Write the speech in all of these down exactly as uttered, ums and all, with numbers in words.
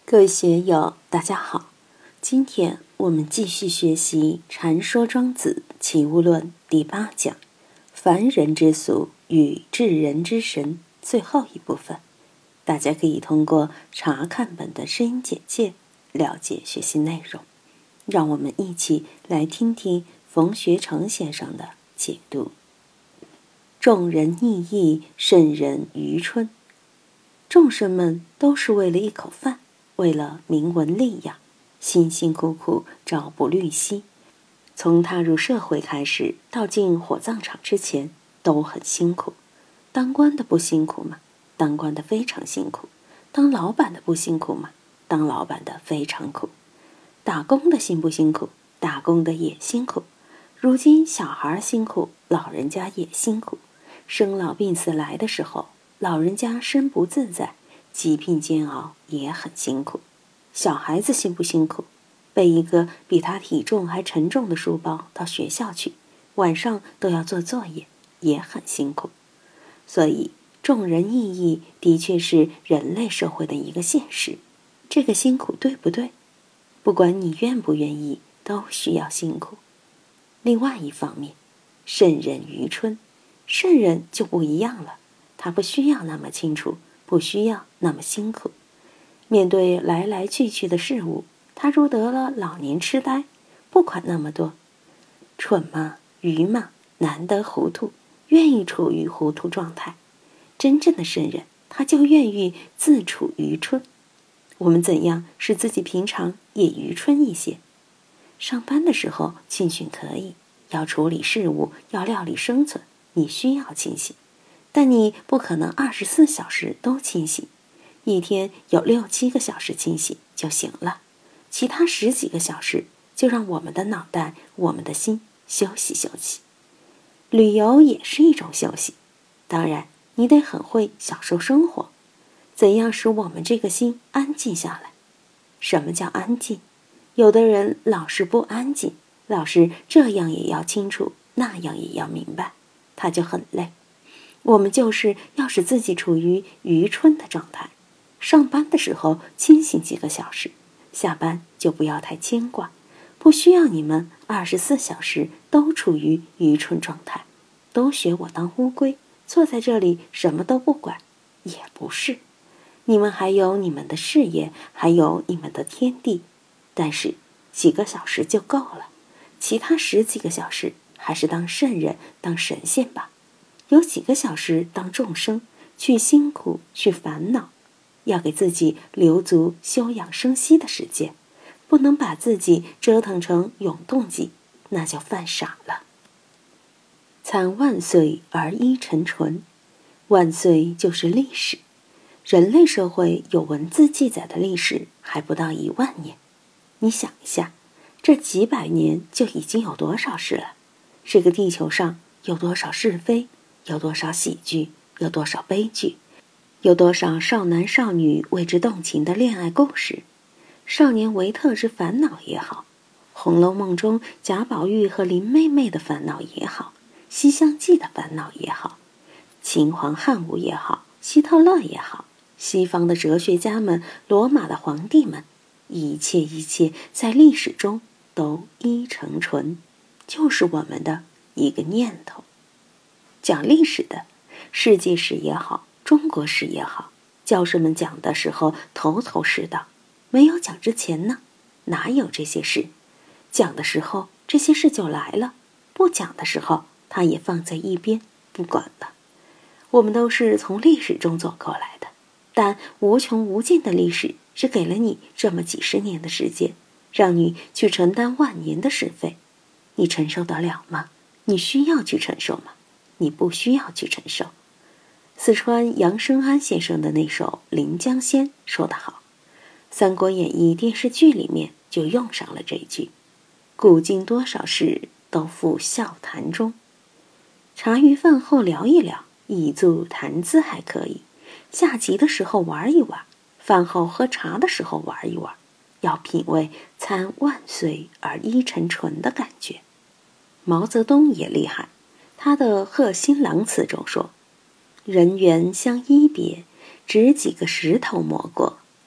各位学友，大家好！今天我们继续学习《禅说庄子·齐物论》第八讲“凡人之俗与至人之神”最后一部分。大家可以通过查看本的声音简介了解学习内容。让我们一起来听听冯学成先生的解读。众人逆义，圣人愚春。众生们都是为了一口饭，为了名闻利养，辛辛苦苦朝不虑夕。从踏入社会开始，到进火葬场之前，都很辛苦。当官的不辛苦吗？当官的非常辛苦。当老板的不辛苦吗？当老板的非常苦。打工的辛不辛苦？打工的也辛苦。如今小孩辛苦，老人家也辛苦。生老病死来的时候，老人家身不自在，疾病煎熬也很辛苦。小孩子辛不辛苦？背一个比他体重还沉重的书包到学校去，晚上都要做作业，也很辛苦。所以众人异义的确是人类社会的一个现实。这个辛苦对不对？不管你愿不愿意，都需要辛苦。另外一方面，圣人愚春，圣人就不一样了，他不需要那么清楚，不需要那么辛苦。面对来来去去的事物，他如得了老年痴呆，不管那么多。蠢吗？愚吗？难得糊涂，愿意处于糊涂状态。真正的圣人，他就愿意自处愚春。我们怎样使自己平常也愚春一些？上班的时候清醒可以，要处理事务，要料理生存，你需要清醒，但你不可能二十四小时都清醒。一天有六七个小时清醒就行了，其他十几个小时就让我们的脑袋、我们的心休息休息。旅游也是一种休息，当然你得很会享受生活。怎样使我们这个心安静下来？什么叫安静？有的人老是不安静，老是这样也要清楚，那样也要明白，他就很累。我们就是要使自己处于愚春的状态。上班的时候清醒几个小时，下班就不要太牵挂，不需要你们二十四小时都处于愚春状态，都学我当乌龟，坐在这里什么都不管，也不是。你们还有你们的事业，还有你们的天地，但是几个小时就够了，其他十几个小时还是当圣人、当神仙吧。有几个小时当众生，去辛苦，去烦恼，要给自己留足休养生息的时间，不能把自己折腾成永动机，那叫犯傻了。参万岁而一沉纯，万岁就是历史。人类社会有文字记载的历史还不到一万年，你想一下，这几百年就已经有多少事了？这个地球上有多少是非？有多少喜剧？有多少悲剧？有多少少男少女为之动情的恋爱故事？少年维特之烦恼也好，《红楼梦》中贾宝玉和林妹妹的烦恼也好，《西厢记》的烦恼也好，秦皇汉武也好，希特勒也好，西方的哲学家们，罗马的皇帝们，一切一切在历史中都一成纯，就是我们的一个念头。讲历史的，世界史也好，中国史也好，教授们讲的时候头头是道，没有讲之前呢，哪有这些事？讲的时候这些事就来了，不讲的时候他也放在一边不管了。我们都是从历史中走过来的，但无穷无尽的历史只给了你这么几十年的时间，让你去承担万年的是非，你承受得了吗？你需要去承受吗？你不需要去承受。四川杨生安先生的那首《临江仙》说得好，《三国演义》电视剧里面就用上了这句：古今多少事，都付笑谈中。茶余饭后聊一聊，一足谈资还可以，下棋的时候玩一玩，饭后喝茶的时候玩一玩，要品味参万岁而一沉纯的感觉。毛泽东也厉害，他的《贺新郎词》中说：人缘相依别，只几个石头磨过，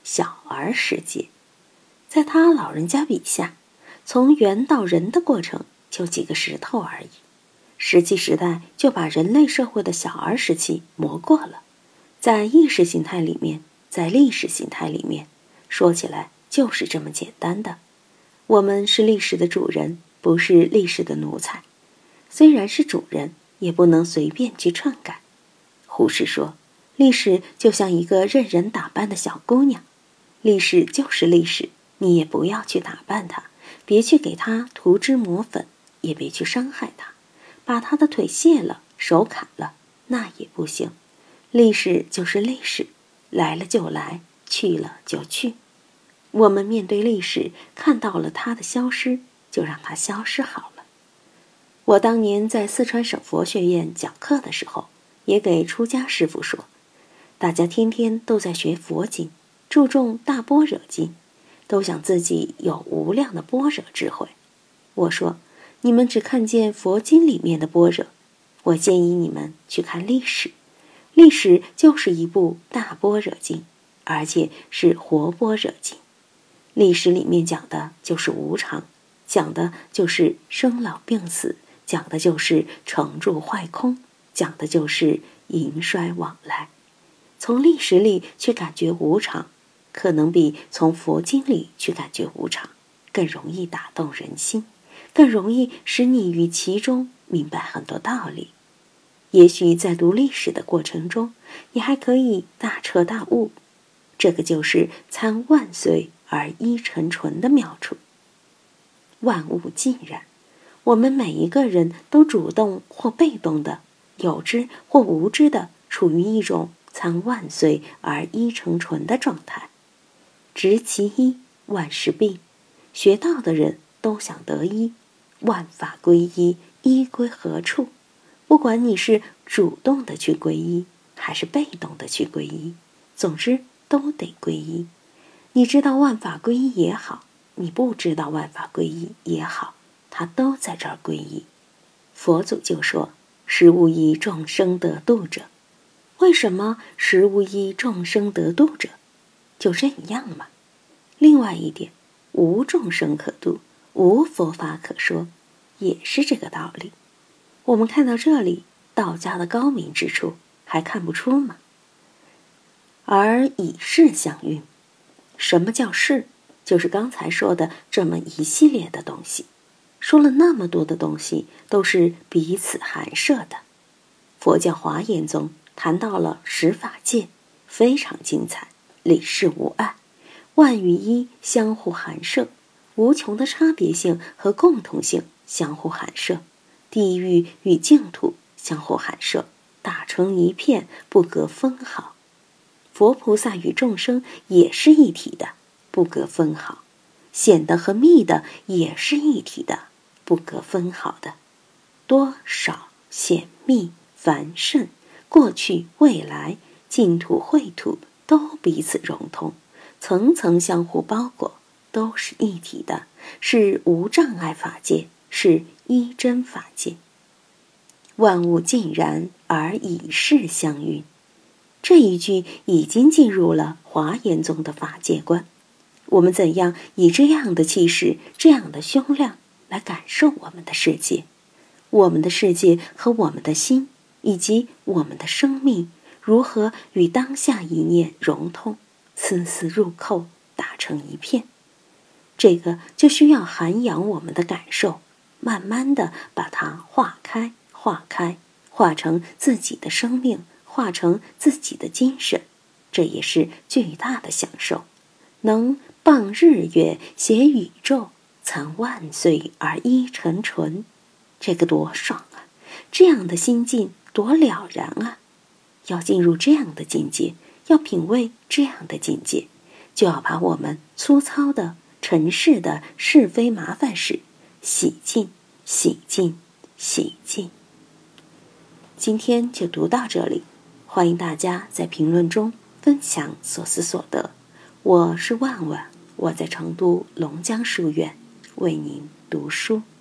小儿世界。在他老人家笔下，从猿到人的过程就几个石头而已。石器时代就把人类社会的小儿时期磨过了。在意识形态里面，在历史形态里面，说起来就是这么简单的。我们是历史的主人，不是历史的奴才。虽然是主人，也不能随便去篡改。胡适说，历史就像一个任人打扮的小姑娘，历史就是历史，你也不要去打扮它，别去给它涂脂抹粉，也别去伤害它，把它的腿卸了，手砍了，那也不行。历史就是历史，来了就来，去了就去。我们面对历史，看到了它的消失，就让它消失好了。我当年在四川省佛学院讲课的时候，也给出家师父说，大家天天都在学佛经，注重大般若经，都想自己有无量的般若智慧。我说，你们只看见佛经里面的般若，我建议你们去看历史。历史就是一部大般若经，而且是活般若经。历史里面讲的就是无常，讲的就是生老病死，讲的就是成住坏空，讲的就是盈衰往来。从历史里去感觉无常，可能比从佛经里去感觉无常更容易打动人心，更容易使你于其中明白很多道理。也许在读历史的过程中，你还可以大彻大悟，这个就是参万岁而依成纯的妙处。万物尽然，我们每一个人都主动或被动的，有知或无知的，处于一种参万岁而依成纯的状态。执其一，万事毕。学道的人都想得一，万法归一，一归何处？不管你是主动的去归一，还是被动的去归一，总之都得归一。你知道万法归一也好，你不知道万法归一也好，它都在这儿归一。佛祖就说，实无一众生得度者。为什么实无一众生得度者？就这样嘛。另外一点，无众生可度，无佛法可说，也是这个道理。我们看到这里，道家的高明之处还看不出吗？而以事相运，什么叫事？就是刚才说的这么一系列的东西。说了那么多的东西，都是彼此含摄的。佛教华严宗谈到了十法界，非常精彩，理事无碍，万与一相互含摄，无穷的差别性和共同性相互含摄，地狱与净土相互含摄，打成一片，不隔分毫。佛菩萨与众生也是一体的，不隔分毫。显的和密的也是一体的，不隔分毫的。多少显密繁盛，过去未来，净土秽土都彼此融通，层层相互包裹，都是一体的，是无障碍法界，是一真法界。万物尽然而以事相运，这一句已经进入了华严宗的法界观。我们怎样以这样的气势，这样的胸量来感受我们的世界？我们的世界和我们的心，以及我们的生命，如何与当下一念融通，丝丝入扣，打成一片？这个就需要涵养我们的感受，慢慢的把它化开，化开，化成自己的生命，化成自己的精神，这也是巨大的享受。能傍日月，挟宇宙，参万岁而依成纯，这个多爽啊！这样的心境多了然啊！要进入这样的境界，要品味这样的境界，就要把我们粗糙的尘世的是非麻烦事洗净，洗净，洗净。今天就读到这里，欢迎大家在评论中分享所思所得。我是万万，我在成都龙江书院为您读书。